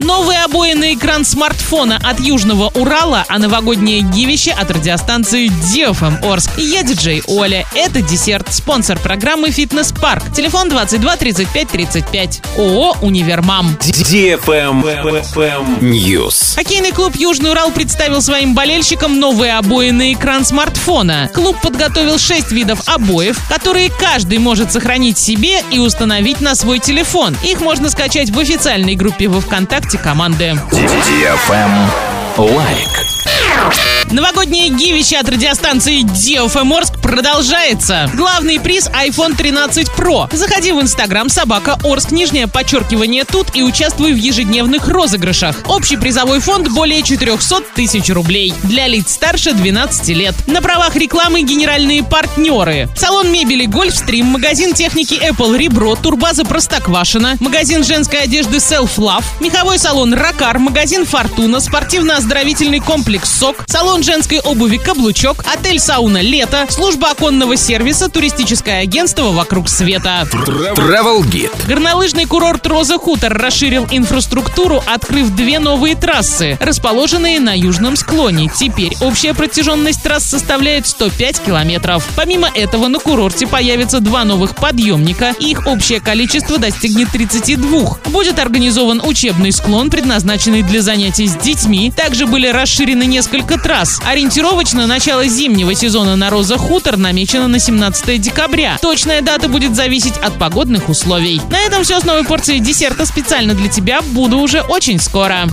Новые обои на экран смартфона от Южного Урала, а новогоднее гивище от радиостанции DFM Орск. Я диджей Оля. Это десерт. Спонсор программы «Фитнес-парк». Телефон 22 35 35. ООО «Универмам». DFM News. Хоккейный клуб «Южный Урал» представил своим болельщикам новые обои на экран смартфона. Клуб подготовил 6 видов обоев, которые каждый может сохранить себе и установить на свой телефон. Их можно скачать в официальной группе во ВКонтакте команды. DFM Лайк. Новогоднее гивище от радиостанции DFM Орск продолжается. Главный приз iPhone 13 Pro. Заходи в Instagram @Орск, _ тут и участвуй в ежедневных розыгрышах. Общий призовой фонд более 400 тысяч рублей. Для лиц старше 12 лет. На правах рекламы генеральные партнеры: салон мебели Гольфстрим, магазин техники Apple Ребро, турбаза Простоквашино, магазин женской одежды Self Love, меховой салон Ракар, магазин Фортуна, спортивно-оздоровительный комплекс СОК, салон женской обуви Каблучок, отель «Сауна Лето», служба оконного сервиса, туристическое агентство «Вокруг света». Travel Guide. Горнолыжный курорт «Роза Хутор» расширил инфраструктуру, открыв 2 новые трассы, расположенные на южном склоне. Теперь общая протяженность трасс составляет 105 километров. Помимо этого, на курорте появятся 2 новых подъемника, и их общее количество достигнет 32. Будет организован учебный склон, предназначенный для занятий с детьми. Также были расширены несколько трасс. Ориентировочно начало зимнего сезона на «Роза Хутор» намечено на 17 декабря. Точная дата будет зависеть от погодных условий. На этом все с новой порцией десерта специально для тебя. Буду уже очень скоро.